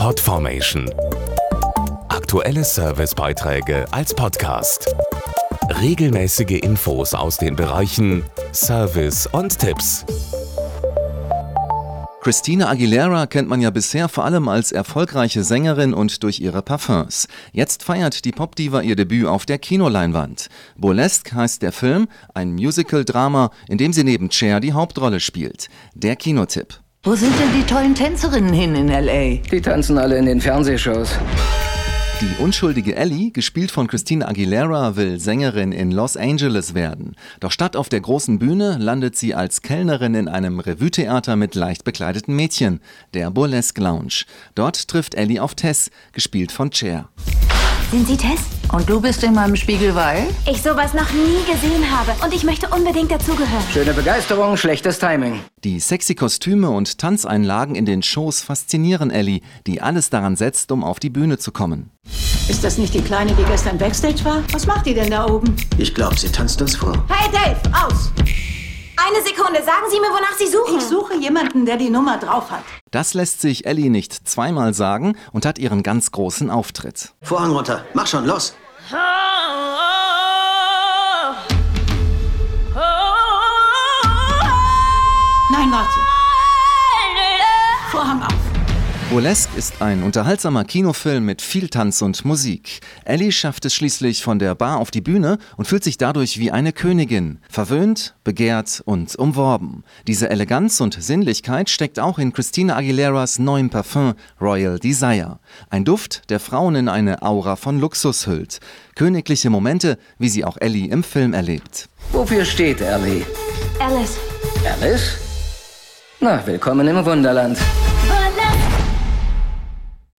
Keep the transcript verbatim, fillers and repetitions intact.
Podformation. Aktuelle Servicebeiträge als Podcast. Regelmäßige Infos aus den Bereichen Service und Tipps. Christina Aguilera kennt man ja bisher vor allem als erfolgreiche Sängerin und durch ihre Parfums. Jetzt feiert die Popdiva ihr Debüt auf der Kinoleinwand. Burlesque heißt der Film, ein Musical-Drama, in dem sie neben Cher die Hauptrolle spielt. Der Kinotipp. Wo sind denn die tollen Tänzerinnen hin in L A? Die tanzen alle in den Fernsehshows. Die unschuldige Ellie, gespielt von Christina Aguilera, will Sängerin in Los Angeles werden. Doch statt auf der großen Bühne landet sie als Kellnerin in einem Revue-Theater mit leicht bekleideten Mädchen, der Burlesque Lounge. Dort trifft Ellie auf Tess, gespielt von Cher. Sind Sie Tess? Und du bist in meinem Spiegel, weil? Ich sowas noch nie gesehen habe und ich möchte unbedingt dazugehören. Schöne Begeisterung, schlechtes Timing. Die sexy Kostüme und Tanzeinlagen in den Shows faszinieren Ellie, die alles daran setzt, um auf die Bühne zu kommen. Ist das nicht die Kleine, die gestern Backstage war? Was macht die denn da oben? Ich glaube, sie tanzt uns vor. Hey Dave, aus! Eine Sekunde, sagen Sie mir, wonach Sie suchen. Ich suche jemanden, der die Nummer drauf hat. Das lässt sich Ellie nicht zweimal sagen und hat ihren ganz großen Auftritt. Vorhang runter, mach schon, los! Nein, warte. Vorhang auf. Burlesque ist ein unterhaltsamer Kinofilm mit viel Tanz und Musik. Ellie schafft es schließlich von der Bar auf die Bühne und fühlt sich dadurch wie eine Königin. Verwöhnt, begehrt und umworben. Diese Eleganz und Sinnlichkeit steckt auch in Christina Aguileras neuem Parfum Royal Desire. Ein Duft, der Frauen in eine Aura von Luxus hüllt. Königliche Momente, wie sie auch Ellie im Film erlebt. Wofür steht Ellie? Alice. Alice? Na, willkommen im Wunderland. Wunderland.